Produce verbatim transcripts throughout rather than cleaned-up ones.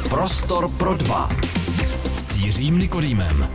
Prostor pro dva s Jiřím Nikodýmem.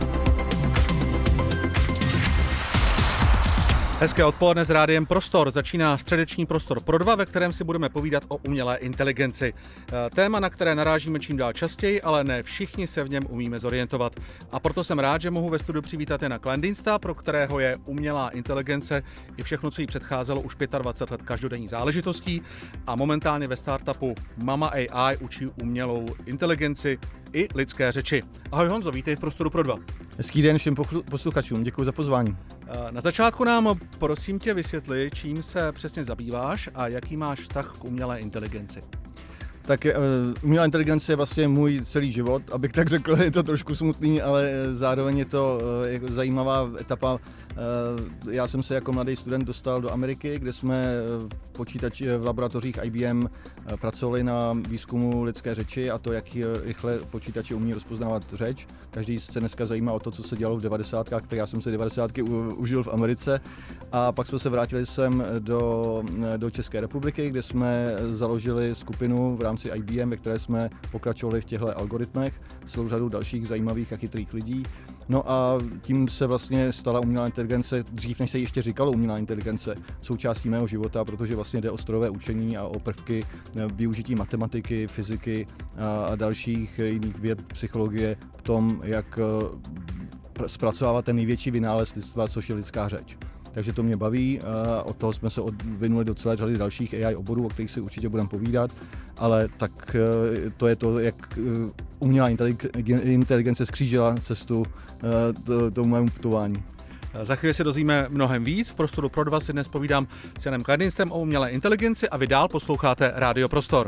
Hezké odpoledne s rádiem Prostor. Začíná středeční Prostor pro dva, ve kterém si budeme povídat o umělé inteligenci. Téma, na které narážíme čím dál častěji, ale ne všichni se v něm umíme zorientovat. A proto jsem rád, že mohu ve studiu přivítat Jana Kleindiensta, pro kterého je umělá inteligence i všechno, co jí předcházelo, už dvacet pět let každodenní záležitostí a momentálně ve startupu Mama A I učí umělou inteligenci i lidské řeči. Ahoj Honzo, vítej v Prostoru pro dva. Hezký den všem posluchačům, děkuji za pozvání. Na začátku nám prosím tě vysvětli, čím se přesně zabýváš a jaký máš vztah k umělé inteligenci. Tak uh, umělá inteligence je vlastně můj celý život, abych tak řekl, je to trošku smutný, ale zároveň je to uh, jako zajímavá etapa. Uh, já jsem se jako mladý student dostal do Ameriky, kde jsme v počítači v laboratořích I B M uh, pracovali na výzkumu lidské řeči a to, jak rychle počítače umí rozpoznávat řeč. Každý se dneska zajímá o to, co se dělalo v devadesátkách, tak já jsem se devadesátky u, užil v Americe. A pak jsme se vrátili sem do, do České republiky, kde jsme založili skupinu v rámci I B M, ve které jsme pokračovali v těchto algoritmech s celou řadou dalších zajímavých a chytrých lidí. No a tím se vlastně stala umělá inteligence, dřív než se ještě říkalo umělá inteligence, součástí mého života, protože vlastně jde o strojové učení a o prvky využití matematiky, fyziky a dalších jiných věd psychologie v tom, jak zpracovávat ten největší vynález lidstva, což je lidská řeč. Takže to mě baví, od toho jsme se odvinuli do celé řady dalších A I oborů, o kterých si určitě budeme povídat, ale tak to je to, jak umělá inteligence skřížila cestu tomu mému putování. Za chvíli se dozvíme mnohem víc. V Prostoru pro dva si dnes povídám s Janem Kleindienstem o umělé inteligenci a vy dál posloucháte Rádio Prostor.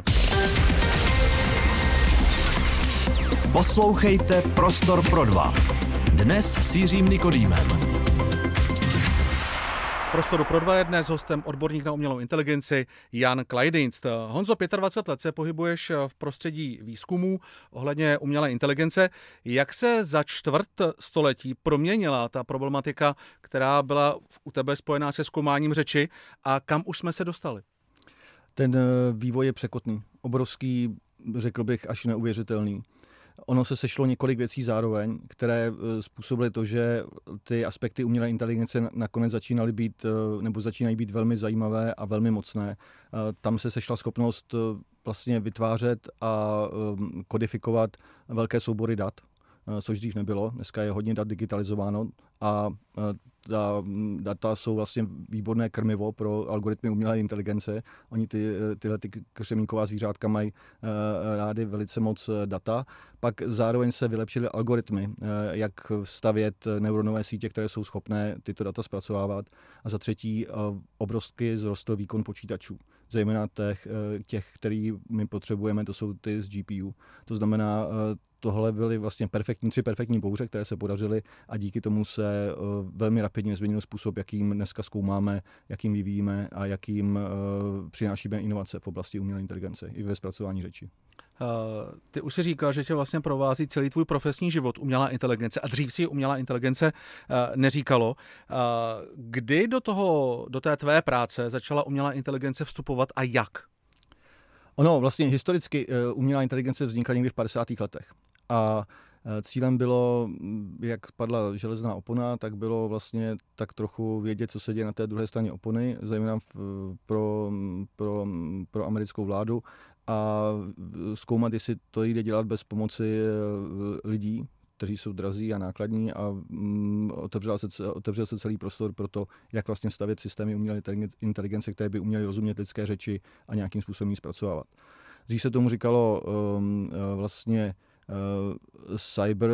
Poslouchejte Prostor pro dva. Dnes s Jiřím Nikodýmem. V Prostoru pro dva je dnes hostem odborník na umělou inteligenci Jan Kleindienst. Honzo, dvacet pět let se pohybuješ v prostředí výzkumů ohledně umělé inteligence. Jak se za čtvrt století proměnila ta problematika, která byla u tebe spojená se zkoumáním řeči a kam už jsme se dostali? Ten vývoj je překotný, obrovský, řekl bych, až neuvěřitelný. Ono se sešlo několik věcí zároveň, které způsobily to, že ty aspekty umělé inteligence nakonec začínaly být, nebo začínají být velmi zajímavé a velmi mocné. Tam se sešla schopnost vlastně vytvářet a kodifikovat velké soubory dat, což dřív nebylo. Dneska je hodně dat digitalizováno a ta data jsou vlastně výborné krmivo pro algoritmy umělé inteligence. Oni ty, tyhle ty křemínková zvířátka mají uh, rády velice moc data. Pak zároveň se vylepšily algoritmy, uh, jak stavět neuronové sítě, které jsou schopné tyto data zpracovávat. A za třetí uh, obrovsky zrostl výkon počítačů. Zejména těch, uh, těch, který my potřebujeme, to jsou ty z G P U. To znamená, uh, tohle byly vlastně perfektní, tři perfektní bouře, které se podařily a díky tomu se uh, velmi rapidně změnil způsob, jakým dneska zkoumáme, jakým vyvíjíme a jakým uh, přinášíme inovace v oblasti umělé inteligence i ve zpracování řeči. Uh, ty už si říkal, že tě vlastně provází celý tvůj profesní život umělá inteligence a dřív si umělá inteligence uh, neříkalo. Uh, kdy do toho, do té tvé práce začala umělá inteligence vstupovat a jak? Ono vlastně historicky uh, umělá inteligence vznikla někdy v padesátých letech. A cílem bylo, jak padla železná opona, tak bylo vlastně tak trochu vědět, co se děje na té druhé straně opony, zejména pro, pro, pro americkou vládu a zkoumat, jestli to jde dělat bez pomoci lidí, kteří jsou drazí a nákladní a mm, otevřel se, otevřel se celý prostor pro to, jak vlastně stavět systémy umělé inteligence, které by uměly rozumět lidské řeči a nějakým způsobem ji zpracovávat. Dřív se tomu říkalo um, vlastně Uh, cyber,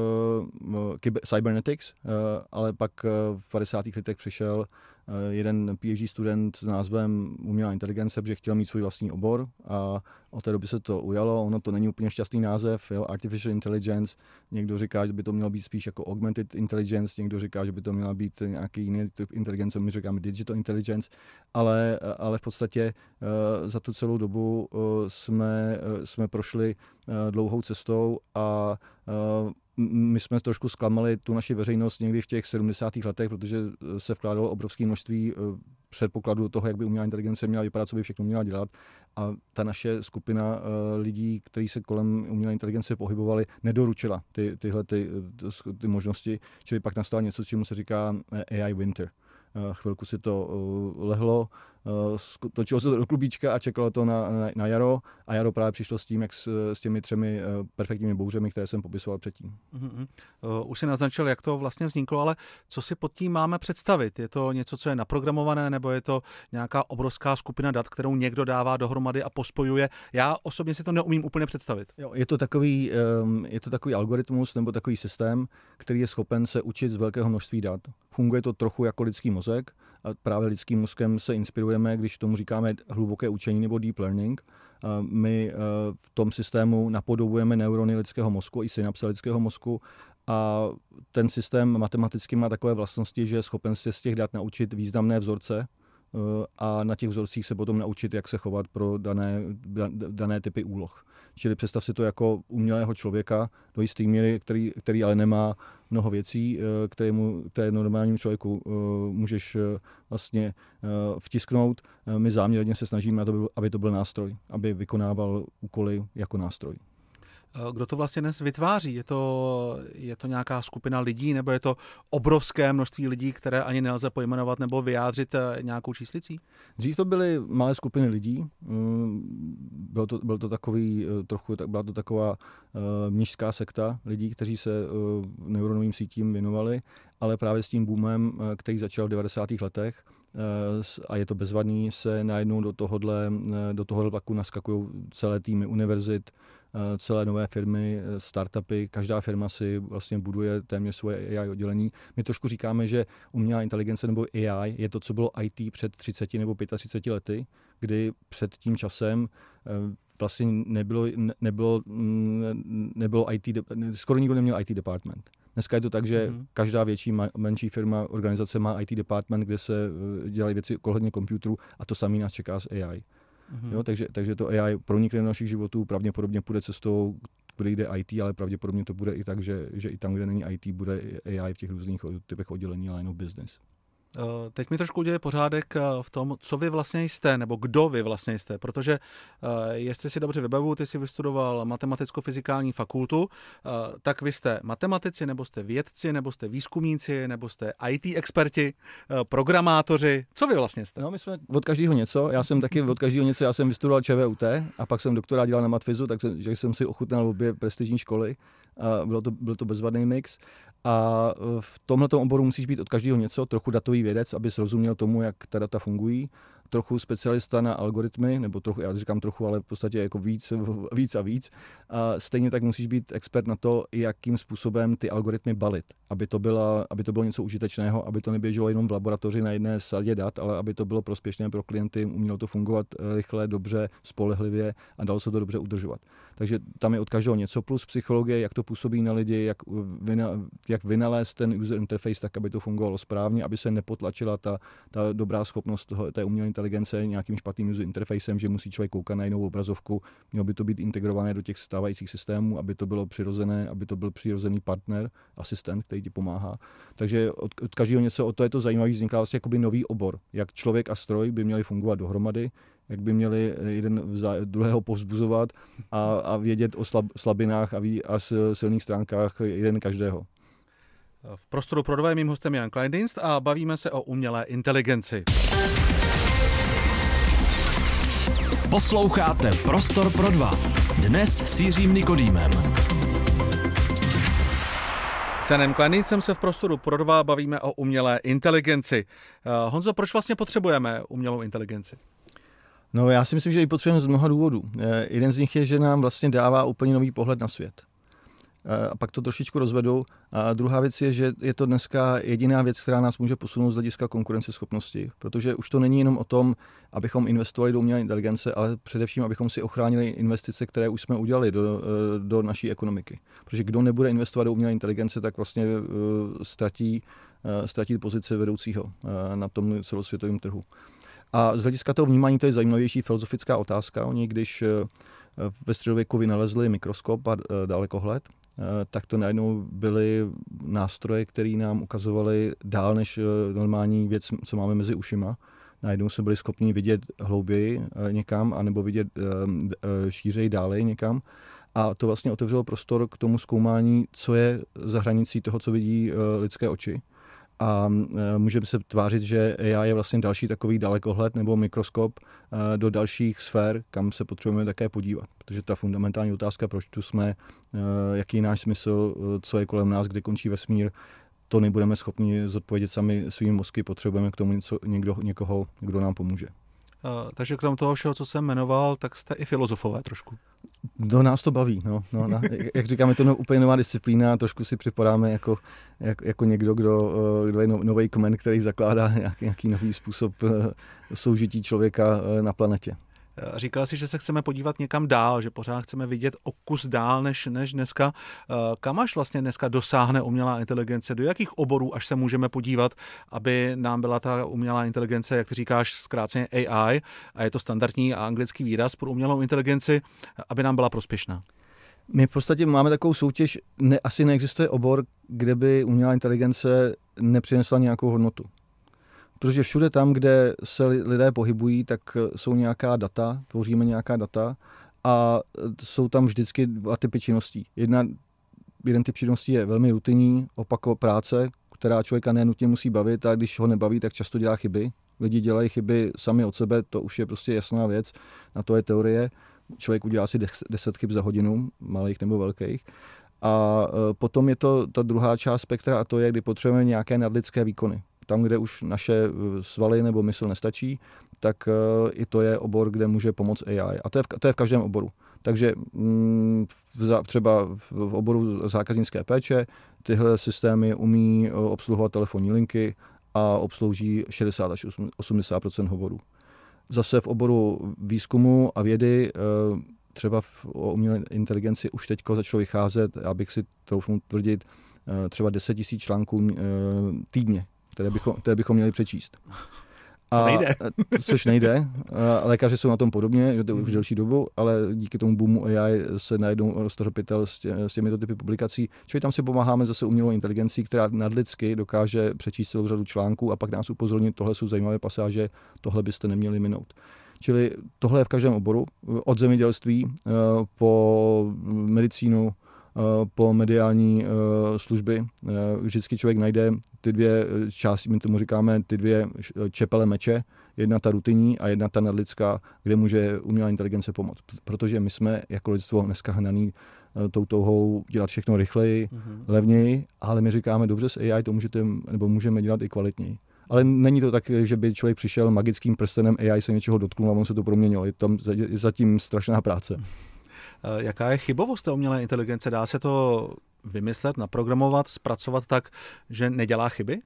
uh, kyber, cybernetics, uh, ale pak uh, v padesátých letech přišel uh, jeden PhD student s názvem umělá inteligence, protože chtěl mít svůj vlastní obor a od té doby se to ujalo. Ono to není úplně šťastný název, jo? Artificial intelligence. Někdo říká, že by to mělo být spíš jako augmented intelligence, někdo říká, že by to měla být nějaký jiný typ inteligence, my říkáme digital intelligence, ale, ale v podstatě uh, za tu celou dobu uh, jsme, uh, jsme prošli uh, dlouhou cestou a uh, my jsme trošku zklamali tu naši veřejnost někdy v těch sedmdesátých letech, protože se vkládalo obrovské množství předpokladů toho, jak by umělá inteligence měla vypadat, co by všechno měla dělat. A ta naše skupina lidí, kteří se kolem umělé inteligence pohybovali, nedoručila ty, tyhle ty, ty, ty možnosti. Čili pak nastalo něco, čemu se říká A I winter. Chvilku si to lehlo, točilo se to do klubíčka a čekalo to na, na, na jaro. A jaro právě přišlo s tím, jak s, s těmi třemi perfektními bouřemi, které jsem popisoval předtím. Uh-huh. Uh, už si naznačil, jak to vlastně vzniklo, ale co si pod tím máme představit? Je to něco, co je naprogramované, nebo je to nějaká obrovská skupina dat, kterou někdo dává dohromady a pospojuje? Já osobně si to neumím úplně představit. Jo, je to takový, um, je to takový algoritmus nebo takový systém, který je schopen se učit z velkého množství dat. Funguje to trochu jako lidský mozek a právě lidským mozkem se inspirujeme, když tomu říkáme hluboké učení nebo deep learning. My v tom systému napodobujeme neurony lidského mozku i synapse lidského mozku a ten systém matematicky má takové vlastnosti, že je schopen se z těch dat naučit významné vzorce a na těch vzorcích se potom naučit, jak se chovat pro dané, dané typy úloh. Čili představ si to jako umělého člověka do jisté míry, který, který ale nemá mnoho věcí, kterému, které normálnímu člověku můžeš vlastně vtisknout. My záměrně se snažíme, aby to byl nástroj, aby vykonával úkoly jako nástroj. Kdo to vlastně dnes vytváří? Je to, je to nějaká skupina lidí, nebo je to obrovské množství lidí, které ani nelze pojmenovat nebo vyjádřit nějakou číslicí? Dřív to byly malé skupiny lidí. Bylo to, byl to takový, trochu, byla to taková mnižská sekta lidí, kteří se neuronovým sítím věnovali, ale právě s tím boomem, který začal v devadesátých letech, a je to bezvadný, se najednou do tohohle, do tohohle vlaku naskakují celé týmy univerzit, celé nové firmy, startupy, každá firma si vlastně buduje téměř svoje A I oddělení. My trošku říkáme, že umělá inteligence nebo A I je to, co bylo I T před třiceti nebo třiceti pěti lety, kdy před tím časem vlastně nebylo, nebylo, nebylo I T, skoro nikdo neměl I T department. Dneska je to tak, že mm-hmm. každá větší, menší firma, organizace má I T department, kde se dělají věci ohledně počítačů a to samé nás čeká s A I. Mm-hmm. Jo, takže, takže to A I pronikne do našich životů, pravděpodobně půjde cestou, kde jde I T, ale pravděpodobně to bude i tak, že, že i tam, kde není I T, bude A I v těch různých typech oddělení line of business. Teď mi trošku uděje pořádek v tom, co vy vlastně jste, nebo kdo vy vlastně jste, protože jestli si dobře vybavuju, ty jsi vystudoval matematicko-fyzikální fakultu, tak vy jste matematici, nebo jste vědci, nebo jste výzkumníci, nebo jste I T experti, programátoři, co vy vlastně jste? No, my jsme od každého něco, já jsem taky od každého něco, já jsem vystudoval ČVUT a pak jsem doktorát dělal na matfizu, takže jsem si ochutnal obě prestižní školy. A bylo to, byl to bezvadný mix. A v tomhletom oboru musíš být od každého něco, trochu datový vědec, abys rozuměl tomu, jak ta data fungují, trochu specialista na algoritmy, nebo trochu, já říkám trochu, ale v podstatě jako víc, víc a víc. A stejně tak musíš být expert na to, jakým způsobem ty algoritmy balit, aby to, byla, aby to bylo něco užitečného, aby to neběželo jenom v laboratoři na jedné sadě dat, ale aby to bylo prospěšné pro klienty, umělo to fungovat rychle, dobře, spolehlivě a dalo se to dobře udržovat. Takže tam je od každého něco, plus psychologie, jak to působí na lidi, jak, vyna, jak vynalézt ten user interface tak, aby to fungovalo správně, aby se nepotlačila ta, ta dobrá schopnost toho, té umělé inteligence nějakým špatným user interfacem, že musí člověk koukat na jinou obrazovku. Mělo by to být integrované do těch stávajících systémů, aby to bylo přirozené, aby to byl přirozený partner, asistent, který ti pomáhá. Takže od, od každého něco, o to je to zajímavé, vzniká vlastně jakoby nový obor, jak člověk a stroj by měli fungovat dohromady, jak by měli jeden druhého povzbuzovat a, a vědět o slab, slabinách a, ví, a silných stránkách jeden každého. V Prostoru pro dva je mým hostem Jan Kleindienst a bavíme se o umělé inteligenci. Posloucháte Prostor pro dva. Dnes s Jiřím Nikodýmem. S Janem Kleindienstem se v Prostoru pro dva bavíme o umělé inteligenci. Honzo, proč vlastně potřebujeme umělou inteligenci? No, já si myslím, že ji potřebujeme z mnoha důvodů. Jeden z nich je, že nám vlastně dává úplně nový pohled na svět. A pak to trošičku rozvedu. A druhá věc je, že je to dneska jediná věc, která nás může posunout z hlediska konkurenceschopnosti, protože už to není jenom o tom, abychom investovali do umělé inteligence, ale především, abychom si ochránili investice, které už jsme udělali do, do naší ekonomiky. Protože kdo nebude investovat do umělé inteligence, tak vlastně ztratí, ztratí pozici vedoucího na tom celosvětovém trhu. A z hlediska toho vnímání to je zajímavější filozofická otázka. Oni, když ve středověku vynalezli mikroskop a dalekohled, tak to najednou byly nástroje, které nám ukazovaly dál než normální věc, co máme mezi ušima. Najednou jsme byli schopni vidět hlouběji někam, anebo vidět šířej dále někam. A to vlastně otevřelo prostor k tomu zkoumání, co je za hranicí toho, co vidí lidské oči. A můžeme se tvářit, že A I je vlastně další takový dalekohled nebo mikroskop do dalších sfér, kam se potřebujeme také podívat. Protože ta fundamentální otázka, proč tu jsme, jaký je náš smysl, co je kolem nás, kde končí vesmír, to nebudeme schopni zodpovědět sami svými mozky, potřebujeme k tomu něco, někdo, někoho, kdo nám pomůže. Uh, takže krom toho všeho, co jsem jmenoval, tak jste i filozofové trošku. Do nás to baví. No, no, na, jak říkáme, to no, úplně nová disciplína, trošku si připadáme jako, jak, jako někdo, kdo, kdo je no, nový kmen, který zakládá nějaký, nějaký nový způsob soužití člověka na planetě. Říkal jsi, že se chceme podívat někam dál, že pořád chceme vidět o kus dál než, než dneska. Kam až vlastně dneska dosáhne umělá inteligence? Do jakých oborů až se můžeme podívat, aby nám byla ta umělá inteligence, jak ty říkáš, zkráceně A I, a je to standardní a anglický výraz pro umělou inteligenci, aby nám byla prospěšná? My v podstatě máme takovou soutěž, ne, asi neexistuje obor, kde by umělá inteligence nepřinesla nějakou hodnotu. Protože všude tam, kde se lidé pohybují, tak jsou nějaká data, tvoříme nějaká data a jsou tam vždycky dva typy činností. Jedna, jeden typ činností je velmi rutinní, opakové práce, která člověka nenutně musí bavit a když ho nebaví, tak často dělá chyby. Lidi dělají chyby sami od sebe, to už je prostě jasná věc, na to je teorie. Člověk udělá si deset chyb za hodinu, malých nebo velkých. A potom je to ta druhá část spektra a to je, kdy potřebujeme nějaké nadlidské výkony. Tam, kde už naše svaly nebo mysl nestačí, tak i to je obor, kde může pomoct A I. A to je v, to je v každém oboru. Takže třeba v oboru zákaznické péče tyhle systémy umí obsluhovat telefonní linky a obslouží šedesát až osmdesát procent hovorů. Zase v oboru výzkumu a vědy třeba v umělé inteligenci už teď začalo vycházet, já bych si troufnul tvrdit, třeba deset tisíc článků týdně, které bychom, které bychom měli přečíst. A, nejde. Což nejde. Lékaři jsou na tom podobně, že to už delší dobu, ale díky tomu boomu A I se najednou roztohl pytel s, tě, s těmito typy publikací. Čili tam si pomáháme zase umělou inteligencí, která nadlidsky dokáže přečíst celou řadu článků a pak nás upozornit, tohle jsou zajímavé pasáže, tohle byste neměli minout. Čili tohle je v každém oboru, od zemědělství po medicínu, po mediální služby. Vždycky člověk najde ty dvě části, my tomu říkáme ty dvě čepele meče, jedna ta rutinní a jedna ta nadlidská, kde může umělá inteligence pomoct. Protože my jsme jako lidstvo dneska hnaný tou touhou dělat všechno rychleji, mm-hmm. levněji, ale my říkáme, dobře, s A I to můžete, nebo můžeme dělat i kvalitněji. Ale není to tak, že by člověk přišel magickým prstenem, A I se něčeho dotknul a on se to proměnil. Je tam zatím strašná práce. Jaká je chybovost té umělé inteligence? Dá se to vymyslet, naprogramovat, zpracovat tak, že nedělá chyby?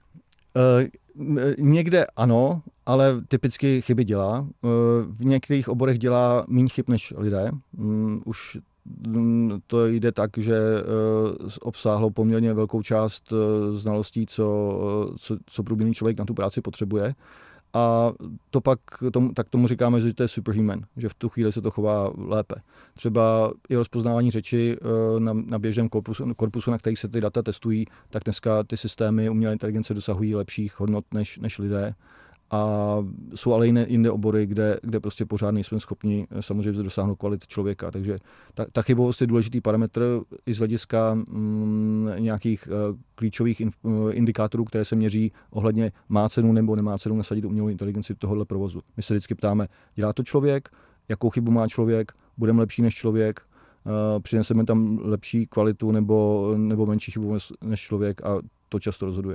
Uh, někde ano, ale typicky chyby dělá. Uh, v některých oborech dělá méně chyb než lidé. Um, už um, to jde tak, že uh, obsáhlo poměrně velkou část uh, znalostí, co, co, co průběžný člověk na tu práci potřebuje. A to pak, tomu, tak tomu říkáme, že to je superhuman, že v tu chvíli se to chová lépe. Třeba i rozpoznávání řeči na, na běžném korpusu, korpusu, na kterých se ty data testují, tak dneska ty systémy umělé inteligence dosahují lepších hodnot než, než lidé. A jsou ale jiné, jiné obory, kde, kde prostě pořád nejsme schopni samozřejmě dosáhnout kvality člověka. Takže ta, ta chybovost je důležitý parametr i z hlediska mm, nějakých uh, klíčových in, uh, indikátorů, které se měří ohledně má cenu nebo nemá cenu nasadit umělou inteligenci tohohle provozu. My se vždycky ptáme, dělá to člověk, jakou chybu má člověk, budeme lepší než člověk, uh, přineseme tam lepší kvalitu nebo, nebo menší chybu než člověk a to často rozhoduje.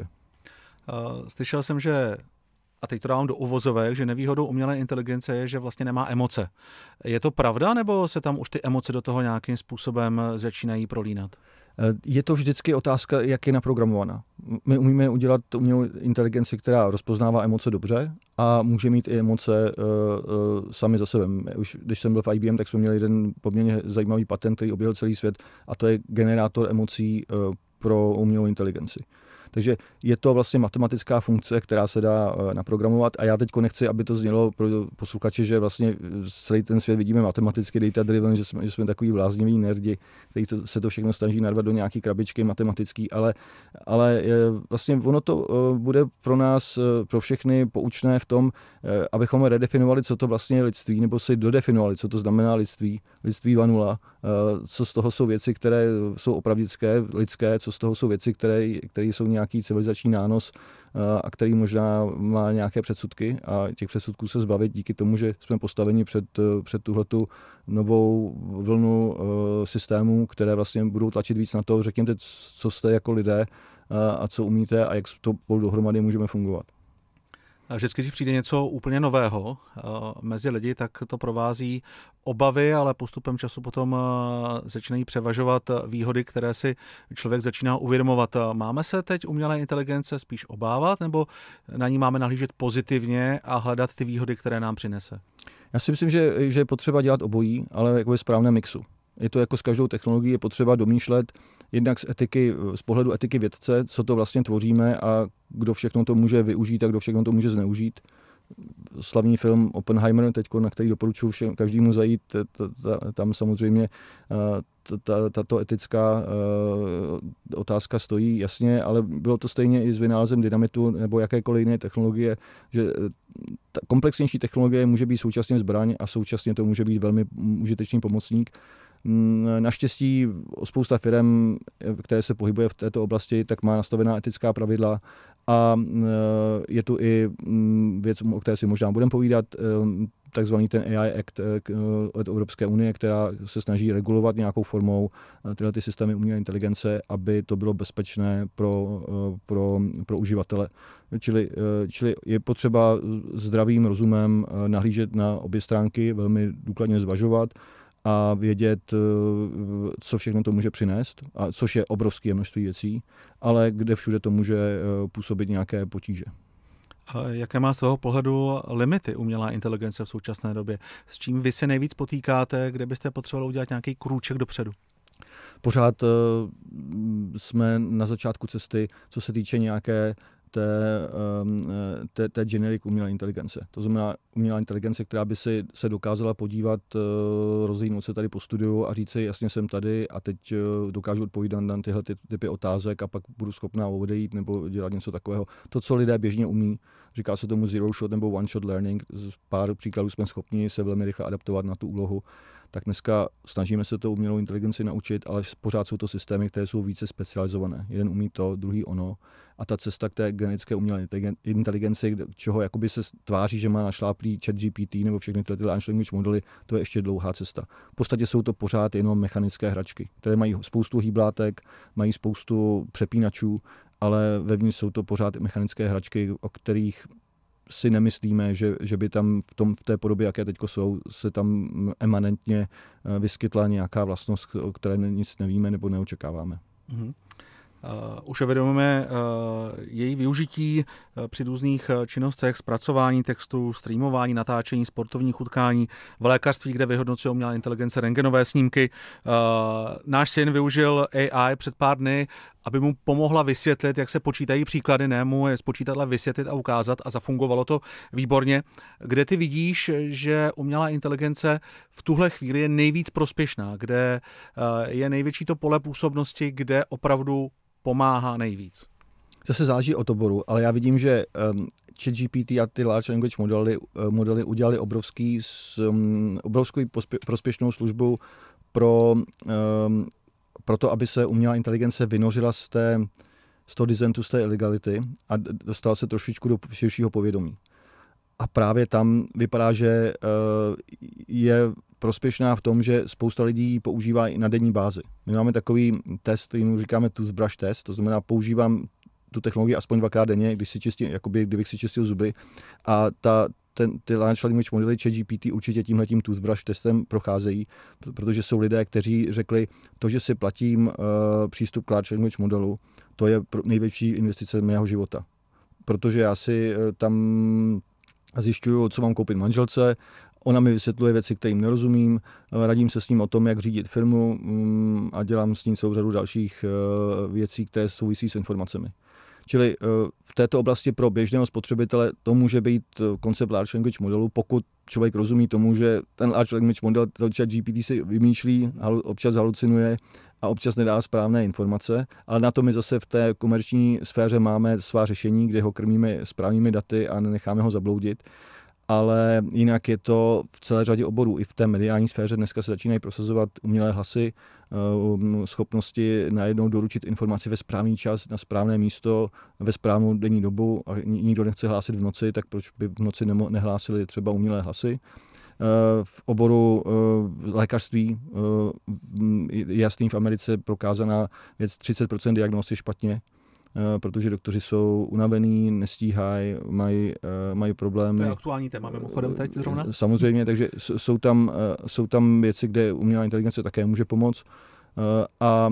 Uh, slyšel jsem, že a teď to dávám do uvozovek, že nevýhodou umělé inteligence je, že vlastně nemá emoce. Je to pravda, nebo se tam už ty emoce do toho nějakým způsobem začínají prolínat? Je to vždycky otázka, jak je naprogramovaná. My umíme udělat umělou inteligenci, která rozpoznává emoce dobře a může mít i emoce uh, uh, sami za sebe. Už když jsem byl v I B M, tak jsme měli jeden poměrně zajímavý patent, který objevil celý svět, a to je generátor emocí uh, pro umělou inteligenci. Takže je to vlastně matematická funkce, která se dá naprogramovat a já teď nechci, aby to znělo pro posluchače, že vlastně celý ten svět vidíme matematicky data driven, že jsme, že jsme takový blázniví nerdi, kteří to, se to všechno snaží narvat do nějaký krabičky matematický, ale, ale vlastně ono to bude pro nás, pro všechny poučné v tom, abychom redefinovali, co to vlastně je lidství, nebo si dodefinovali, co to znamená lidství, lidství dva nula, co z toho jsou věci, které jsou opravdické, lidské, co z toho jsou věci, které, které jsou nějaký civilizační nános a který možná má nějaké předsudky a těch předsudků se zbavit díky tomu, že jsme postaveni před, před tuhletu novou vlnu systémů, které vlastně budou tlačit víc na to, řekněte, co jste jako lidé a co umíte a jak to spolu dohromady můžeme fungovat. Vždycky, když přijde něco úplně nového mezi lidi, tak to provází obavy, ale postupem času potom začínají převažovat výhody, které si člověk začíná uvědomovat. Máme se teď umělé inteligence spíš obávat, nebo na ní máme nahlížet pozitivně a hledat ty výhody, které nám přinese? Já si myslím, že, že je potřeba dělat obojí, ale jako ve správném mixu. Je to jako s každou technologií, je potřeba domýšlet jednak z etiky, z pohledu etiky vědce, co to vlastně tvoříme a kdo všechno to může využít a kdo všechno to může zneužít. Slavný film Oppenheimer, teďko, na který doporučuji všem, každému zajít, tam samozřejmě tato etická otázka stojí jasně, ale bylo to stejně i s vynálezem dynamitu nebo jakékoliv jiné technologie, že ta komplexnější technologie může být současně zbraň a současně to může být velmi užitečný pomocník. Naštěstí spousta firem, které se pohybuje v této oblasti, tak má nastavená etická pravidla a je tu i věc, o které si možná budeme povídat, takzvaný ten A I Act od Evropské unie, která se snaží regulovat nějakou formou tyhle ty systémy umělé inteligence, aby to bylo bezpečné pro, pro, pro uživatele. Čili, čili je potřeba zdravým rozumem nahlížet na obě stránky, velmi důkladně zvažovat a vědět, co všechno to může přinést, a což je obrovské množství věcí, ale kde všude to může působit nějaké potíže. Jaké má z svého pohledu limity umělá inteligence v současné době? S čím vy se nejvíc potýkáte, kde byste potřebovali udělat nějaký krůček dopředu? Pořád uh, jsme na začátku cesty, co se týče nějaké té, um, té, té generic umělé inteligence. To znamená umělá inteligence, která by si se dokázala podívat, uh, rozhlídnout se tady po studiu a říct si, jasně jsem tady a teď uh, dokážu odpovídat na tyhle ty, typy otázek a pak budu schopná odejít nebo dělat něco takového. To, co lidé běžně umí, říká se tomu zero shot nebo one shot learning. Z pár příkladů jsme schopni se velmi rychle adaptovat na tu úlohu. Tak dneska snažíme se to umělou inteligenci naučit, ale pořád jsou to systémy, které jsou více specializované. Jeden umí to, druhý ono. A ta cesta k té genetické umělé inteligenci, čeho jakoby se tváří, že má našláplý ChatGPT nebo všechny tyhle large language modely, to je ještě dlouhá cesta. V podstatě jsou to pořád jenom mechanické hračky, které mají spoustu hýblátek, mají spoustu přepínačů, ale vevnitř jsou to pořád mechanické hračky, o kterých si nemyslíme, že, že by tam v, tom, v té podobě, jaké teď jsou, se tam emanentně vyskytla nějaká vlastnost, o které nic nevíme nebo neočekáváme. Mm-hmm. Uh, už uvědomujeme uh, její využití uh, při různých uh, činnostech, zpracování textu, streamování, natáčení sportovních utkání, v lékařství, kde vyhodnocuje umělá inteligence rentgenové snímky. Uh, náš syn využil A I před pár dny, aby mu pomohla vysvětlit, jak se počítají příklady, ne mu je spočítat, ale vysvětlit a ukázat, a zafungovalo to výborně. Kde ty vidíš, že umělá inteligence v tuhle chvíli je nejvíc prospěšná, kde uh, je největší to pole působnosti, kde opravdu pomáhá nejvíc? Zase záleží od oboru, ale já vidím, že um, ChatGPT a ty large language modely, uh, modely udělali obrovský, um, obrovskou pospě- prospěšnou službu pro, um, pro to, aby se umělá inteligence vynořila z, té, z toho disentu, z té ilegality a dostala se trošičku do širšího povědomí. A právě tam vypadá, že uh, je prospěšná v tom, že spousta lidí ji používá i na denní bázi. My máme takový test, kterým říkáme toothbrush test, to znamená, používám tu technologii aspoň dvakrát denně, když si čistím, jakoby, kdybych si čistil zuby. A ta, ten, ty large language modely ChatGPT určitě tímhletím toothbrush testem procházejí, protože jsou lidé, kteří řekli, to, že si platím uh, přístup k large language modelu, to je největší investice mého života. Protože já si uh, tam zjišťuju, co mám koupit manželce, ona mi vysvětluje věci, kterým nerozumím, radím se s ním o tom, jak řídit firmu a dělám s ním celou řadu dalších věcí, které souvisí s informacemi. Čili v této oblasti pro běžného spotřebitele to může být koncept large language modelu, pokud člověk rozumí tomu, že ten large language model, to chat G P T si vymýšlí, občas halucinuje a občas nedá správné informace, ale na to my zase v té komerční sféře máme svá řešení, kde ho krmíme správnými daty a nenecháme ho zabloudit. Ale jinak je to v celé řadě oborů. I v té mediální sféře dneska se začínají prosazovat umělé hlasy, schopnosti najednou doručit informaci ve správný čas, na správné místo, ve správnou denní dobu a nikdo nechce hlásit v noci, tak proč by v noci nehlásili třeba umělé hlasy. V oboru lékařství je jasný v Americe prokázaná věc, třicet procent diagnóz je špatně, protože doktoři jsou unavení, nestíhají, mají, mají problémy. To je aktuální téma mimochodem teď zrovna? Samozřejmě, takže jsou tam, jsou tam věci, kde umělá inteligence také může pomoct a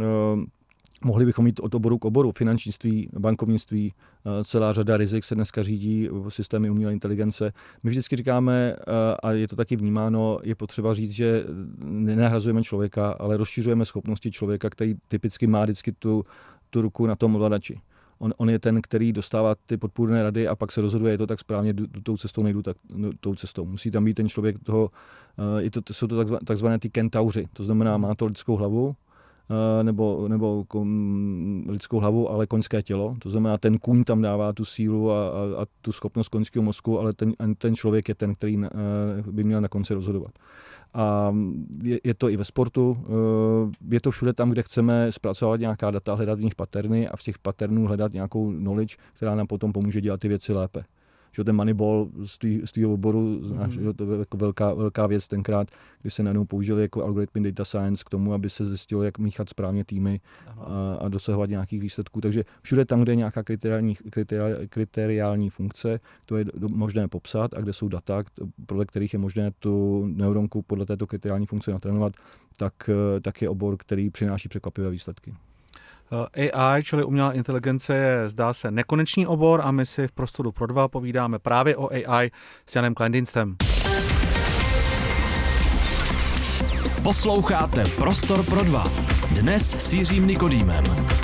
mohli bychom jít od oboru k oboru. Finančnictví, bankovnictví, celá řada rizik se dneska řídí systémy umělé inteligence. My vždycky říkáme, a je to taky vnímáno, je potřeba říct, že nenahrazujeme člověka, ale rozšiřujeme schopnosti člověka, který typicky má vždycky tu tu ruku na tom ovladači. On, on je ten, který dostává ty podpůrné rady a pak se rozhoduje, je to tak správně, jdu, tou cestou nejdu tak, tou cestou. Musí tam být ten člověk toho, je to, jsou to takzvané ty kentauři, to znamená, má to lidskou hlavu, nebo, nebo kom, lidskou hlavu, ale koňské tělo. To znamená, ten kůň tam dává tu sílu a, a, a tu schopnost koňského mozku, ale ten, ten člověk je ten, který by měl na konci rozhodovat. A je, je to i ve sportu, je to všude tam, kde chceme zpracovat nějaká data, hledat v nich paterny a v těch paternů hledat nějakou knowledge, která nám potom pomůže dělat ty věci lépe. Že ten Moneyball z toho oboru, znáš, mm. že to je jako velká, velká věc tenkrát, kdy se najednou použili jako algoritmy data science k tomu, aby se zjistilo, jak míchat správně týmy a, a dosahovat nějakých výsledků. Takže všude tam, kde je nějaká kriteriální, kriteriální, kriteriální funkce, to je možné popsat a kde jsou data, podle kterých je možné tu neuronku podle této kriteriální funkce natrénovat, tak, tak je obor, který přináší překvapivé výsledky. A I, čili umělá inteligence, je, zdá se, nekonečný obor a my si v Prostoru pro dva povídáme právě o A I s Janem Kleindienstem. Posloucháte Prostor pro dva. Dnes s Jiřím Nikodýmem.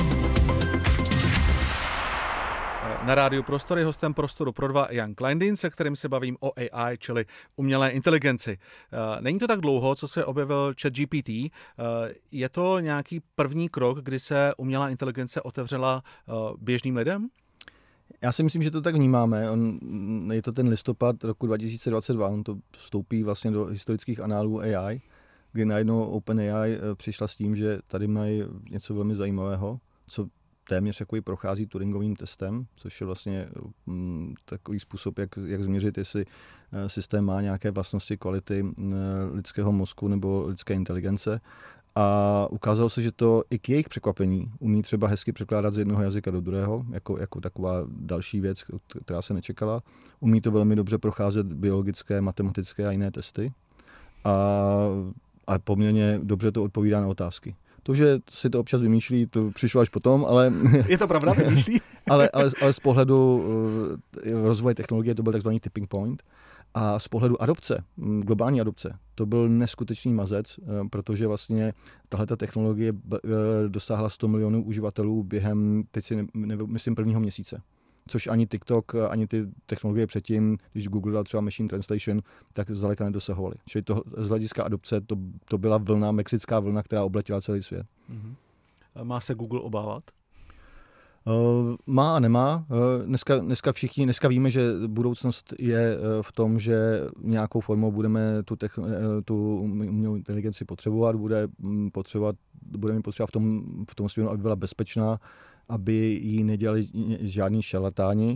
Na rádiu Prostor je hostem Prostoru pro dva Jan Kleindienst, se kterým se bavím o A I, čili umělé inteligenci. Není to tak dlouho, co se objevil ChatGPT. Je to nějaký první krok, kdy se umělá inteligence otevřela běžným lidem? Já si myslím, že to tak vnímáme. On, je to ten listopad roku dva tisíce dvacet dva, on to vstoupí vlastně do historických análů A I, kdy najednou OpenAI přišla s tím, že tady mají něco velmi zajímavého, co téměř jako prochází Turingovým testem, což je vlastně m, takový způsob, jak, jak změřit, jestli systém má nějaké vlastnosti kvality lidského mozku nebo lidské inteligence. A ukázalo se, že to i k jejich překvapení umí třeba hezky překládat z jednoho jazyka do druhého, jako, jako taková další věc, která se nečekala. Umí to velmi dobře procházet biologické, matematické a jiné testy. A, a poměrně dobře to odpovídá na otázky. To, že si to občas vymýšlí, to přišlo až potom, ale... Je to pravda, vymýšlí? ale, ale, ale z pohledu uh, rozvoje technologie to byl takzvaný tipping point. A z pohledu adopce, globální adopce, to byl neskutečný mazec, uh, protože vlastně tahleta technologie uh, dosáhla sto milionů uživatelů během, teď si ne, ne, myslím, prvního měsíce. Což ani TikTok, ani ty technologie předtím, když Google dal třeba Machine Translation, tak zdaleka nedosahovaly. Čili to, z hlediska adopce to, to byla vlna, mexická vlna, která obletěla celý svět. Mm-hmm. Má se Google obávat? Uh, má a nemá. Uh, dneska, dneska všichni, dneska víme, že budoucnost je uh, v tom, že nějakou formou budeme tu, techn, uh, tu umělou inteligenci potřebovat, bude um, potřebovat, budeme potřebovat v tom, v tom směru, aby byla bezpečná, aby ji nedělali žádní šarlatáni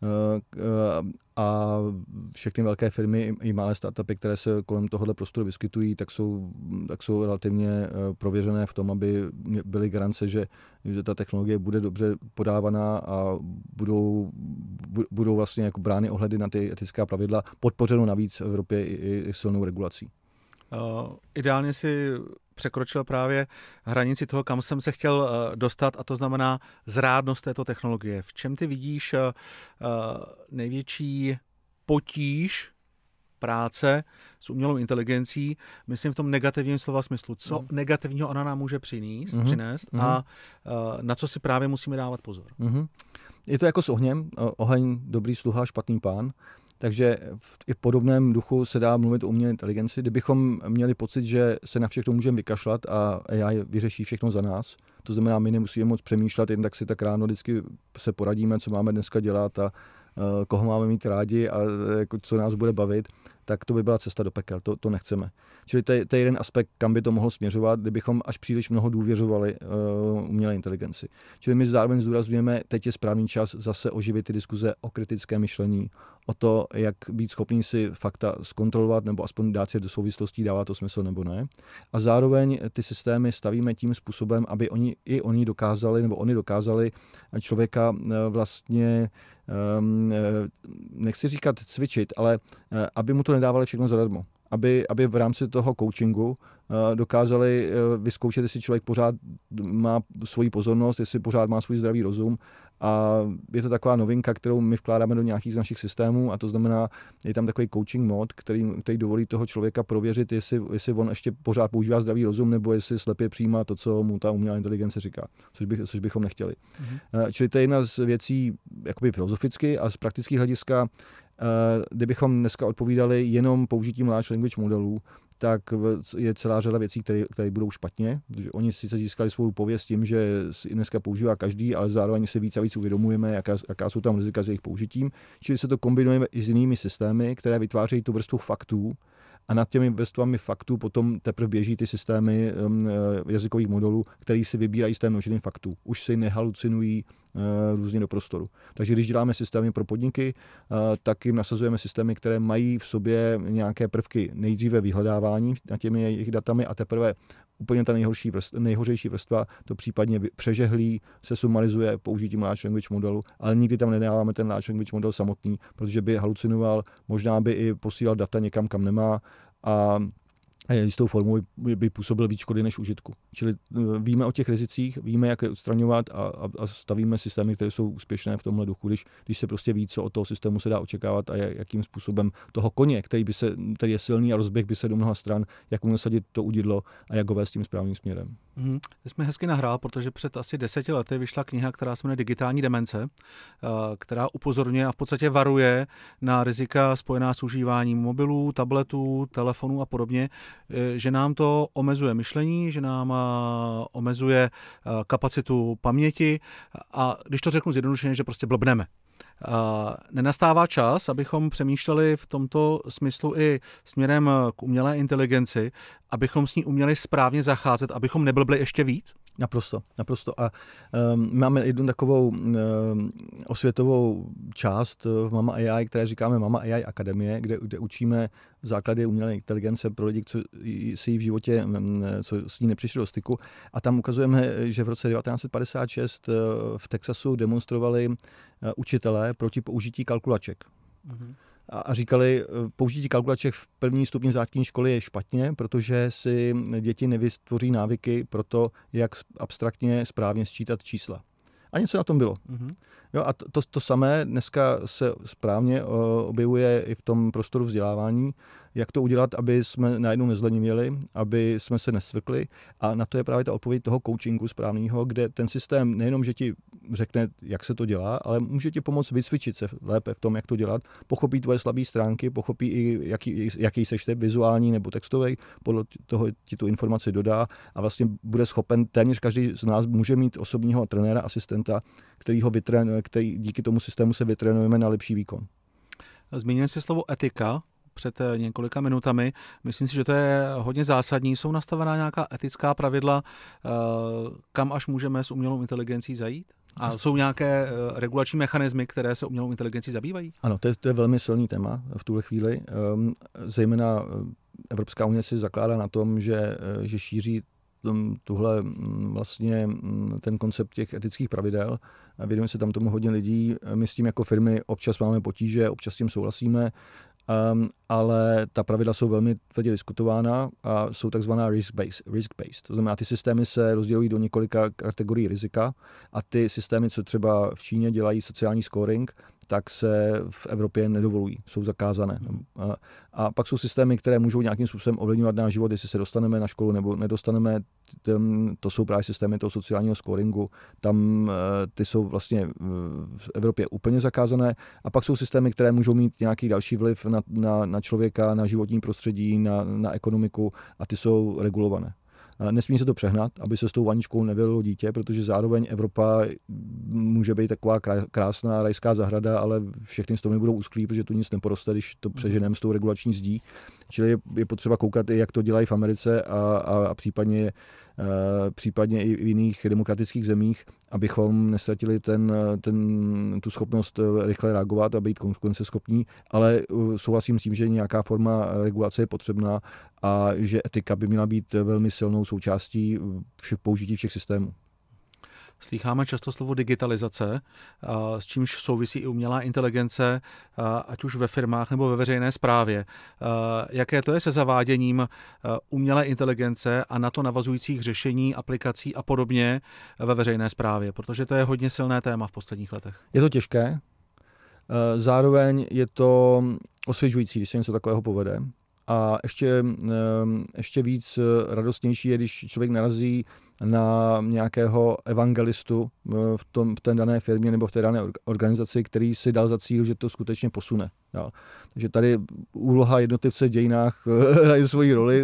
a všechny velké firmy i malé startupy, které se kolem tohohle prostoru vyskytují, tak jsou, tak jsou relativně prověřené v tom, aby byly garance, že, že ta technologie bude dobře podávaná a budou, budou vlastně jako brány ohledy na ty etická pravidla, podpořeno navíc v Evropě i, i silnou regulací. Uh, ideálně si překročil právě hranici toho, kam jsem se chtěl uh, dostat, a to znamená zrádnost této technologie. V čem ty vidíš uh, největší potíž práce s umělou inteligencí, myslím v tom negativním slova smyslu. Co mm. negativního ona nám může přinést, mm. přinést mm. a uh, na co si právě musíme dávat pozor. Mm. Je to jako s ohněm. Oheň, dobrý sluha, špatný pán. Takže v i podobném duchu se dá mluvit o umělé inteligenci. Kdybychom měli pocit, že se na všechno můžeme vykašlat a A I vyřeší všechno za nás, to znamená, my nemusíme moc přemýšlet, jen tak si tak ráno vždycky se poradíme, co máme dneska dělat a uh, koho máme mít rádi a jako, co nás bude bavit, tak to by byla cesta do pekel, to, to nechceme. Čili to je, to je jeden aspekt, kam by to mohlo směřovat, kdybychom až příliš mnoho důvěřovali uh, umělé inteligenci. Čili my zároveň zdůrazňujeme, teď je správný čas zase oživit ty diskuze o kritickém myšlení, o to, jak být schopný si fakta zkontrolovat nebo aspoň dát si do souvislostí, dává to smysl nebo ne. A zároveň ty systémy stavíme tím způsobem, aby oni i oni dokázali, nebo oni dokázali člověka vlastně, nechci říkat cvičit, ale aby mu to nedávali všechno zadarmo. Aby, aby v rámci toho coachingu dokázali vyzkoušet, jestli člověk pořád má svoji pozornost, jestli pořád má svůj zdravý rozum. A je to taková novinka, kterou my vkládáme do nějakých z našich systémů a to znamená, je tam takový coaching mod, který, který dovolí toho člověka prověřit, jestli, jestli on ještě pořád používá zdravý rozum nebo jestli slepě přijímá to, co mu ta umělá inteligence říká, což, bych, což bychom nechtěli. Mm-hmm. Čili to je jedna z věcí jakoby filozoficky a z praktických hlediska, kdybychom dneska odpovídali jenom použitím large language modelů, tak je celá řada věcí, které, které budou špatně. Protože oni sice získali svou pověst tím, že dneska používá každý, ale zároveň se víc a víc uvědomujeme, jaká, jaká jsou tam rizika s jejich použitím. Čili se to kombinujeme i s jinými systémy, které vytvářejí tu vrstvu faktů, a nad těmi vrstvami faktů potom teprve běží ty systémy um, jazykových modelů, které si vybírají z té množiny faktů. Už si nehalucinují uh, různě do prostoru. Takže když děláme systémy pro podniky, uh, tak jim nasazujeme systémy, které mají v sobě nějaké prvky nejdříve vyhledávání nad těmi jejich datami a teprve úplně ta nejhorší vrstva, nejhořejší vrstva to případně přežehlí, se sumarizuje použitím large language modelu, ale nikdy tam nedáváme ten large language model samotný, protože by halucinoval, možná by i posílal data někam, kam nemá a jistou formou by, by působil víc škody než užitku. Čili víme o těch rizicích, víme, jak je odstraňovat a, a, a stavíme systémy, které jsou úspěšné v tomhle duchu, když, když se prostě ví, co od toho systému se dá očekávat a jakým způsobem toho koně, který, by se, který je silný a rozběh by se do mnoha stran, jak mu nasadit to udidlo a jak ho vést tím správným směrem. Hmm. Ty jsi mi hezky nahrál, protože před asi deseti lety vyšla kniha, která se jmenuje Digitální demence, která upozorňuje a v podstatě varuje na rizika spojená s užíváním mobilů, tabletů, telefonů a podobně, že nám to omezuje myšlení, že nám omezuje kapacitu paměti a když to řeknu zjednodušeně, že prostě blbneme. Uh, nenastává čas, abychom přemýšleli v tomto smyslu i směrem k umělé inteligenci, abychom s ní uměli správně zacházet, abychom neblbli ještě víc? Naprosto, naprosto. A um, máme jednu takovou um, osvětovou část v Mama A I, které říkáme Mama A I Akademie, kde, kde učíme základy umělé inteligence pro lidi, co si ji v životě, co s ní nepřišli do styku. A tam ukazujeme, že v roce devatenáct set padesát šest v Texasu demonstrovali učitelé proti použití kalkulaček. Mm-hmm. A říkali, použití kalkulaček v první stupni základní školy je špatně, protože si děti nevytvoří návyky pro to, jak abstraktně správně sčítat čísla. A něco na tom bylo. Mm-hmm. Jo, a to, to, to samé dneska se správně objevuje i v tom prostoru vzdělávání, jak to udělat, aby jsme najednou nezlenivěli, aby jsme se nesvykli. A na to je právě ta odpověď toho coachingu správného, kde ten systém nejenom, že ti řekne, jak se to dělá, ale může ti pomoct vycvičit se lépe v tom, jak to dělat, pochopí tvoje slabé stránky, pochopí i, jaký, jaký seš typ, vizuální nebo textový, podle toho ti tu informaci dodá a vlastně bude schopen, téměř každý z nás může mít osobního trenéra, asistenta, který ho vytrénuje, který díky tomu systému se vytrénujeme na lepší výkon. Zmínil jsi slovo etika před několika minutami. Myslím si, že to je hodně zásadní. Jsou nastavená nějaká etická pravidla, kam až můžeme s umělou inteligencí zajít? A jsou nějaké regulační mechanismy, které se umělou inteligencí zabývají? Ano, to je, to je velmi silný téma v tuhle chvíli. Zejména Evropská unie si zakládá na tom, že, že šíří tuhle vlastně ten koncept těch etických pravidel. Věnuje se tam tomu hodně lidí. My s tím jako firmy občas máme potíže, občas s tím souhlasíme, um, ale ta pravidla jsou velmi tvrdě diskutována a jsou takzvaná risk-based. risk-based. To znamená, ty systémy se rozdělují do několika kategorií rizika a ty systémy, co třeba v Číně dělají sociální scoring, tak se v Evropě nedovolují, jsou zakázané. A, a pak jsou systémy, které můžou nějakým způsobem ovlivňovat náš život, jestli se dostaneme na školu nebo nedostaneme. To jsou právě systémy toho sociálního scoringu. Tam ty jsou vlastně v Evropě úplně zakázané. A pak jsou systémy, které můžou mít nějaký další vliv na, na, na člověka, na životní prostředí, na, na ekonomiku a ty jsou regulované. Nesmí se to přehnat, aby se s tou vaničkou nevylilo dítě, protože zároveň Evropa může být taková krásná rajská zahrada, ale všechny stromy budou usklí, protože tu nic neporoste, když to přeženeme s tou regulační zdí. Čili je, je potřeba koukat, jak to dělají v Americe a, a, a případně, uh, případně i v jiných demokratických zemích, abychom nestratili ten, ten, tu schopnost rychle reagovat a být konkurenceschopní, ale souhlasím s tím, že nějaká forma regulace je potřebná a že etika by měla být velmi silnou součástí všech použití všech systémů. Slýcháme často slovo digitalizace, s čímž souvisí i umělá inteligence, ať už ve firmách nebo ve veřejné správě. Jaké to je se zaváděním umělé inteligence a na to navazujících řešení, aplikací a podobně ve veřejné správě? Protože to je hodně silné téma v posledních letech. Je to těžké, zároveň je to osvěžující, když se něco takového povede. A ještě, ještě víc radostnější je, když člověk narazí na nějakého evangelistu v, tom, v té dané firmě nebo v té dané organizaci, který si dal za cíl, že to skutečně posune dál. Takže tady úloha jednotlivce v dějinách hraje svoji roli.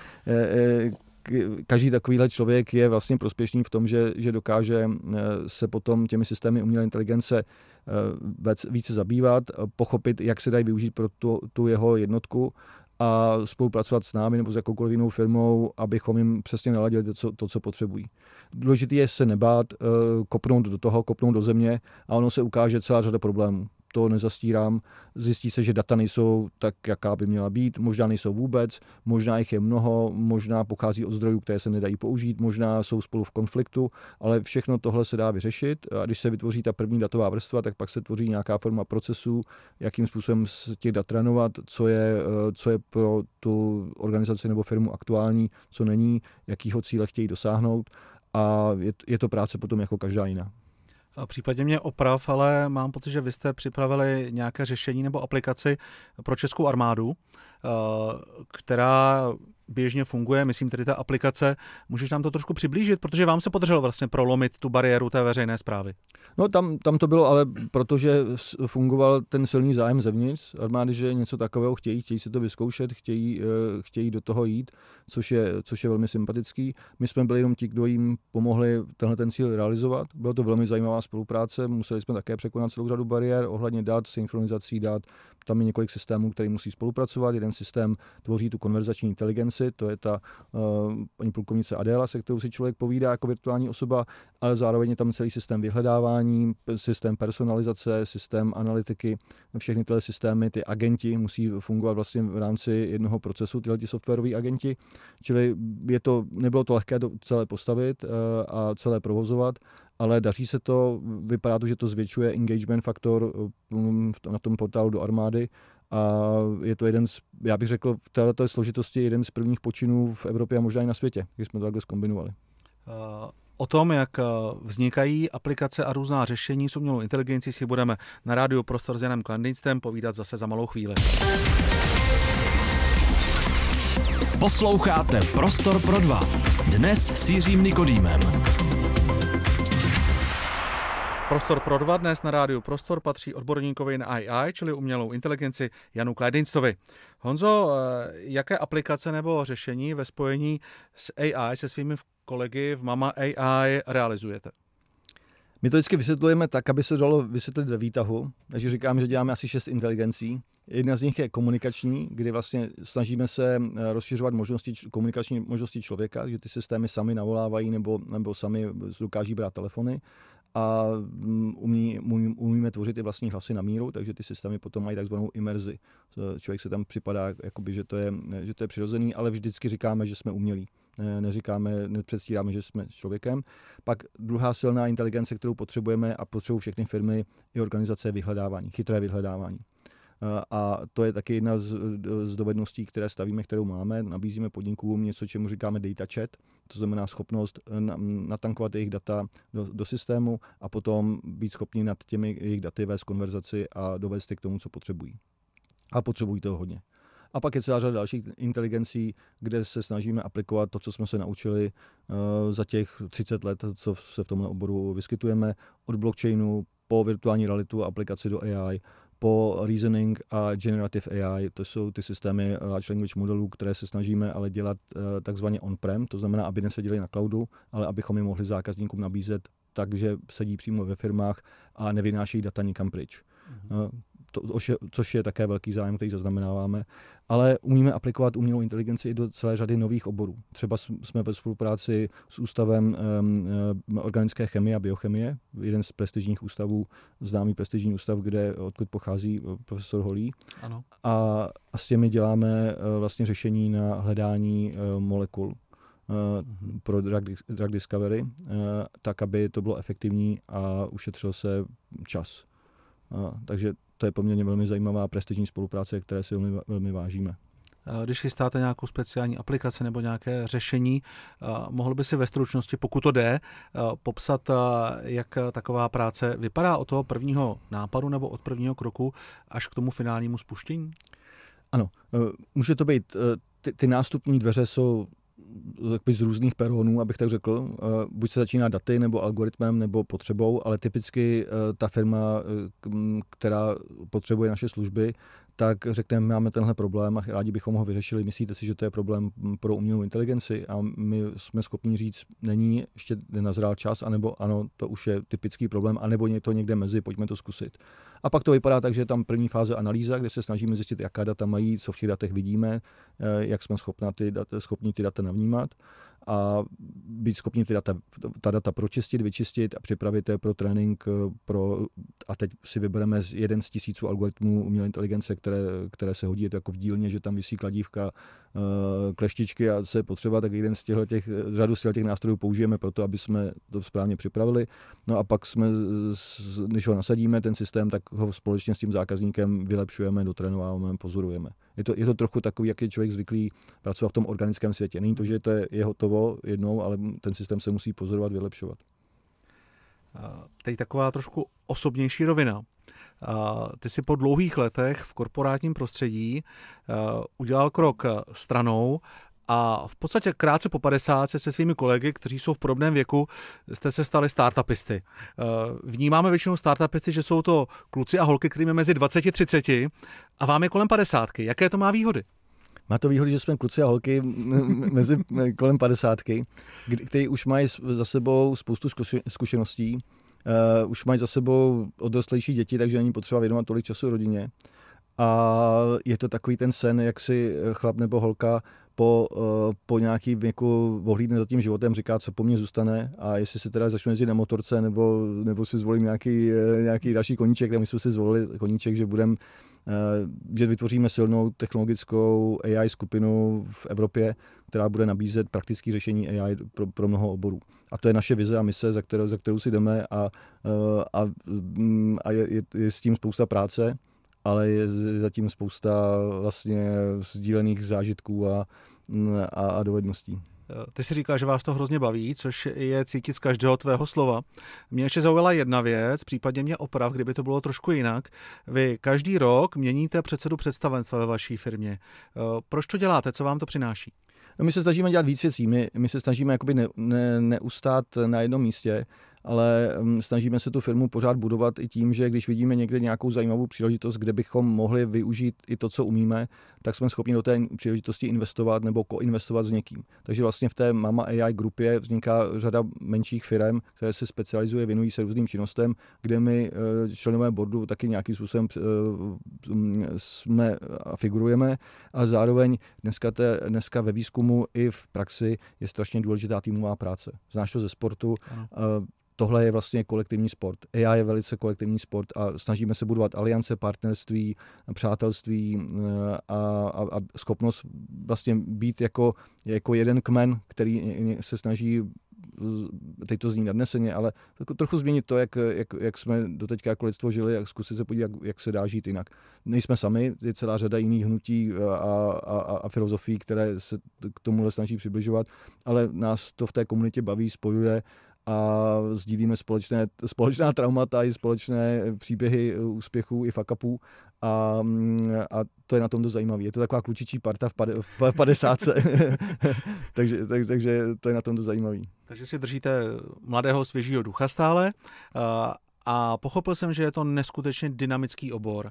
Každý takovýhle člověk je vlastně prospěšný v tom, že, že dokáže se potom těmi systémy umělé inteligence více zabývat, pochopit, jak se dají využít pro tu, tu jeho jednotku a spolupracovat s námi nebo s jakoukoliv jinou firmou, abychom jim přesně naladili to, co, to, co potřebují. Důležité je se nebát, kopnout do toho, kopnout do země a ono se ukáže celá řada problémů. To nezastírám. Zjistí se, že data nejsou tak, jaká by měla být, možná nejsou vůbec, možná jich je mnoho, možná pochází od zdrojů, které se nedají použít, možná jsou spolu v konfliktu, ale všechno tohle se dá vyřešit a když se vytvoří ta první datová vrstva, tak pak se tvoří nějaká forma procesů, jakým způsobem z těch dat trénovat, co je, co je pro tu organizaci nebo firmu aktuální, co není, jakýho cíle chtějí dosáhnout a je, je to práce potom jako každá jiná. Případně mě oprav, ale mám pocit, že vy jste připravili nějaké řešení nebo aplikaci pro českou armádu, která běžně funguje, myslím tedy ta aplikace. Můžeš nám to trošku přiblížit, protože vám se podařilo vlastně prolomit tu bariéru té veřejné správy. No tam, tam to bylo, ale protože fungoval ten silný zájem zevnitř armády, že něco takového chtějí, chtějí si to vyzkoušet, chtějí, chtějí do toho jít, což je, což je velmi sympatický. My jsme byli jenom ti, kdo jim pomohli tenhle ten cíl realizovat. Bylo to velmi zajímavá spolupráce, museli jsme také překonat celou řadu bariér ohledně dat, synchronizací dat. Tam je několik systémů, které musí spolupracovat. Jeden systém tvoří tu konverzační inteligenci, to je ta uh, paní plukovnice Adéla, se kterou si člověk povídá jako virtuální osoba, ale zároveň je tam celý systém vyhledávání, systém personalizace, systém analytiky. Všechny tyhle systémy, ty agenti musí fungovat vlastně v rámci jednoho procesu, tyhle ty softwarové agenti. Čili je to, nebylo to lehké to celé postavit uh, a celé provozovat, ale daří se to, vypadá to, že to zvětšuje engagement faktor um, na tom portálu do armády a je to jeden z, já bych řekl, v této složitosti jeden z prvních počinů v Evropě a možná i na světě, když jsme to takhle zkombinovali. Uh... O tom, jak vznikají aplikace a různá řešení s umělou inteligencí, si budeme na rádiu Prostor s Janem Klandejnstem povídat zase za malou chvíli. Posloucháte Prostor pro dva. Dnes s Jiřím Nikodýmem. Prostor pro dva dnes na rádiu Prostor patří odborníkovi na A I, čili umělou inteligenci Janu Klandejnstovi. Honzo, jaké aplikace nebo řešení ve spojení s A I se svými kolegy v Mama A I realizujete? My to vždycky vysvětlujeme tak, aby se dalo vysvětlit ve výtahu. Takže říkám, že děláme asi šest inteligencí. Jedna z nich je komunikační, kdy vlastně snažíme se rozšiřovat možnosti, komunikační možnosti člověka, že ty systémy sami navolávají nebo, nebo sami dokáží brát telefony. A umí, umí, umíme tvořit i vlastní hlasy na míru, takže ty systémy potom mají takzvanou imerzi. Člověk se tam připadá, jakoby, že, to je, že to je přirozený, ale vždycky říkáme, že jsme umělí. Neříkáme, nepředstíráme, že jsme člověkem. Pak druhá silná inteligence, kterou potřebujeme a potřebují všechny firmy, je organizace vyhledávání, chytré vyhledávání. A to je taky jedna z, z dovedností, které stavíme, kterou máme. Nabízíme podnikům něco, čemu říkáme data chat, to znamená schopnost natankovat jejich data do, do systému a potom být schopni nad těmi jejich daty vést konverzaci a dovést je k tomu, co potřebují. A potřebují to hodně. A pak je celá řada dalších inteligencí, kde se snažíme aplikovat to, co jsme se naučili uh, za těch třicet let, co se v tomhle oboru vyskytujeme, od blockchainu po virtuální realitu a aplikaci do A I, po reasoning a generative A I, to jsou ty systémy large language modelů, které se snažíme ale dělat uh, takzvaně on-prem, to znamená, aby neseděli na cloudu, ale abychom je mohli zákazníkům nabízet tak, že sedí přímo ve firmách a nevynášejí data nikam pryč. Mm-hmm. Uh, To, což je také velký zájem, který zaznamenáváme, ale umíme aplikovat umělou inteligenci i do celé řady nových oborů. Třeba jsme ve spolupráci s ústavem um, organické chemie a biochemie, jeden z prestižních ústavů, známý prestižní ústav, kde odkud pochází profesor Holý. Ano. A, a s těmi děláme uh, vlastně řešení na hledání uh, molekul. Uh, mm-hmm. pro drug, drug discovery, uh, tak, aby to bylo efektivní a ušetřil se čas. Uh, takže to je poměrně velmi zajímavá prestižní spolupráce, které si velmi, velmi vážíme. Když chystáte nějakou speciální aplikaci nebo nějaké řešení, mohl by si ve stručnosti, pokud to jde, popsat, jak taková práce vypadá od toho prvního nápadu nebo od prvního kroku až k tomu finálnímu spuštění? Ano, může to být, ty, ty nástupní dveře jsou z různých peronů, abych tak řekl. Buď se začíná daty, nebo algoritmem, nebo potřebou, ale typicky ta firma, která potřebuje naše služby, tak řekneme, máme tenhle problém a rádi bychom ho vyřešili. Myslíte si, že to je problém pro umělou inteligenci? A my jsme schopni říct, není, ještě nenazrál čas, anebo ano, to už je typický problém, anebo je to někde mezi, pojďme to zkusit. A pak to vypadá tak, že je tam první fáze analýza, kde se snažíme zjistit, jaká data mají, co v těch datech vidíme, jak jsme schopni ty data, schopni ty data navnímat a být schopni ty data, ta data pročistit, vyčistit a připravit je pro trénink. Pro, a teď si vybereme jeden z tisíců algoritmů umělé inteligence, které, které se hodí, je to jako v dílně, že tam visí kladívka, kleštičky a co je potřeba, tak jeden z těchto těch, řadu z těch nástrojů použijeme pro to, aby jsme to správně připravili. No a pak jsme, když ho nasadíme, ten systém, tak ho společně s tím zákazníkem vylepšujeme, dotrénováváme, pozorujeme. Je to, je to trochu takový, jak je člověk zvyklý pracovat v tom organickém světě. Není to, že to je, je hotovo jednou, ale ten systém se musí pozorovat, vylepšovat. Teď taková trošku osobnější rovina. Ty si po dlouhých letech v korporátním prostředí udělal krok stranou a v podstatě krátce po padesátce se svými kolegy, kteří jsou v podobném věku, jste se stali startupisty. Vnímáme většinou startupisty, že jsou to kluci a holky, kterým je mezi dvacet a třicet a vám je kolem padesátky. Jaké to má výhody? Má to výhody, že jsme kluci a holky mezi kolem padesátky, kteří už mají za sebou spoustu zkušeností, uh, už mají za sebou odrostlejší děti, takže není potřeba věnovat tolik času rodině. A je to takový ten sen, jak si chlap nebo holka po, uh, po nějaký věku ohlídne za tím životem, říká, co po mně zůstane a jestli se teda začnu jezdit na motorce nebo, nebo si zvolím nějaký, nějaký další koníček, tak my jsme si zvolili koníček, že budeme že vytvoříme silnou technologickou A I skupinu v Evropě, která bude nabízet praktické řešení A I pro, pro mnoho oborů. A to je naše vize a mise, za kterou, za kterou si jdeme a, a, a je, je, je s tím spousta práce, ale je zatím spousta vlastně sdílených zážitků a, a, a dovedností. Ty si říkáš, že vás to hrozně baví, což je cítit z každého tvého slova. Mě ještě zaujala jedna věc, případně mě oprav, kdyby to bylo trošku jinak. Vy každý rok měníte předsedu představenstva ve vaší firmě. Proč to děláte? Co vám to přináší? No, my se snažíme dělat víc věcí. My, my se snažíme jakoby ne, ne, neustát na jednom místě, ale snažíme se tu firmu pořád budovat i tím, že když vidíme někde nějakou zajímavou příležitost, kde bychom mohli využít i to, co umíme, tak jsme schopni do té příležitosti investovat nebo koinvestovat s někým. Takže vlastně v té Mama A I grupě vzniká řada menších firm, které se specializuje, věnují se různým činnostem, kde my členové boardu taky nějakým způsobem jsme a figurujeme, ale zároveň dneska, te, dneska ve výzkumu i v praxi je strašně důležitá týmová práce. Znáš to ze sportu. Ano. Tohle je vlastně kolektivní sport. A I je velice kolektivní sport a snažíme se budovat aliance, partnerství, přátelství a, a, a schopnost vlastně být jako, jako jeden kmen, který se snaží teď to zní nadneseně, ale trochu změnit to, jak, jak, jak jsme doteďka jako lidstvo žili a zkusit se podívat, jak, jak se dá žít jinak. Nejsme sami, je celá řada jiných hnutí a, a, a filozofií, které se k tomuhle snaží přibližovat, ale nás to v té komunitě baví, spojuje a sdílíme společné, společná traumata i společné příběhy úspěchů i fuck-upů a, a to je na tom dost zajímavé. Je to taková klučičí parta v, pade, v padesátce, takže, tak, takže to je na tom dost zajímavé. Takže si držíte mladého svěžího ducha stále a pochopil jsem, že je to neskutečně dynamický obor.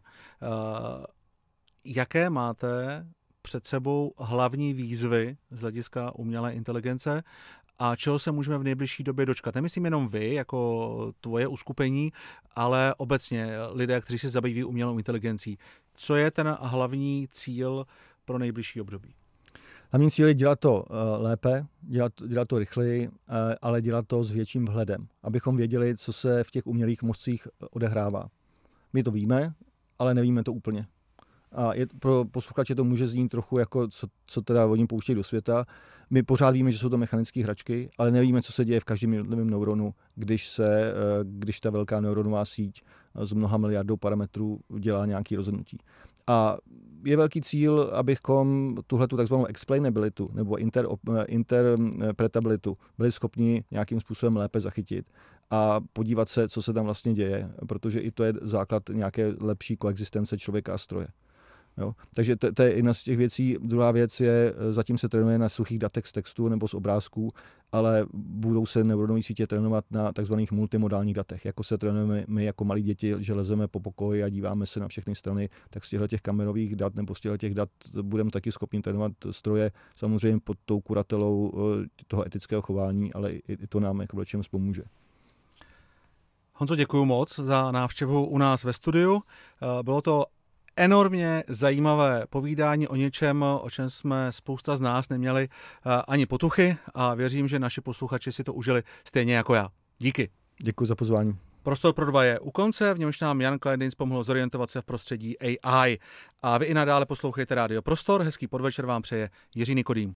Jaké máte před sebou hlavní výzvy z hlediska umělé inteligence a čeho se můžeme v nejbližší době dočkat? Nemyslím jenom vy, jako tvoje uskupení, ale obecně lidé, kteří se zabývají umělou inteligencí. Co je ten hlavní cíl pro nejbližší období? Hlavní cíl je dělat to lépe, dělat, dělat to rychleji, ale dělat to s větším vhledem, abychom věděli, co se v těch umělých mozcích odehrává. My to víme, ale nevíme to úplně. A je, pro posluchače to může znít trochu jako, co, co teda oni pouštějí do světa. My pořád víme, že jsou to mechanické hračky, ale nevíme, co se děje v každém jednotlivém neuronu, když, se, když ta velká neuronová síť z mnoha miliardů parametrů dělá nějaké rozhodnutí. A je velký cíl, abychom tuhletu takzvanou explainability nebo inter, interpretabilitu byli schopni nějakým způsobem lépe zachytit a podívat se, co se tam vlastně děje, protože i to je základ nějaké lepší koexistence člověka a stroje. Jo? Takže to, to je jedna z těch věcí. Druhá věc je, zatím se trénuje na suchých datech z textu nebo z obrázků, ale budou se neuronové sítě trénovat na takzvaných multimodálních datech. Jako se trénujeme my jako malí děti, že lezeme po pokoji a díváme se na všechny strany, tak z těchto těch kamerových dat nebo z těchto těch dat budeme taky schopni trénovat stroje, samozřejmě pod tou kuratelou toho etického chování, ale i to nám jako čem pomůže. Honzo, děkuji moc za návštěvu u nás ve studiu. Bylo to enormně zajímavé povídání o něčem, o čem jsme spousta z nás neměli ani potuchy a věřím, že naši posluchači si to užili stejně jako já. Díky. Děkuji za pozvání. Prostor pro dva je u konce, v němž nám Jan Kleindins pomohl zorientovat se v prostředí A I. A vy i nadále poslouchejte Rádio Prostor, hezký podvečer vám přeje Jiří Nikodým.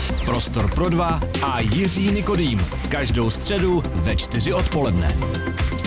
Prostor pro dva a Jiří Nikodým. Každou středu ve čtyři odpoledne.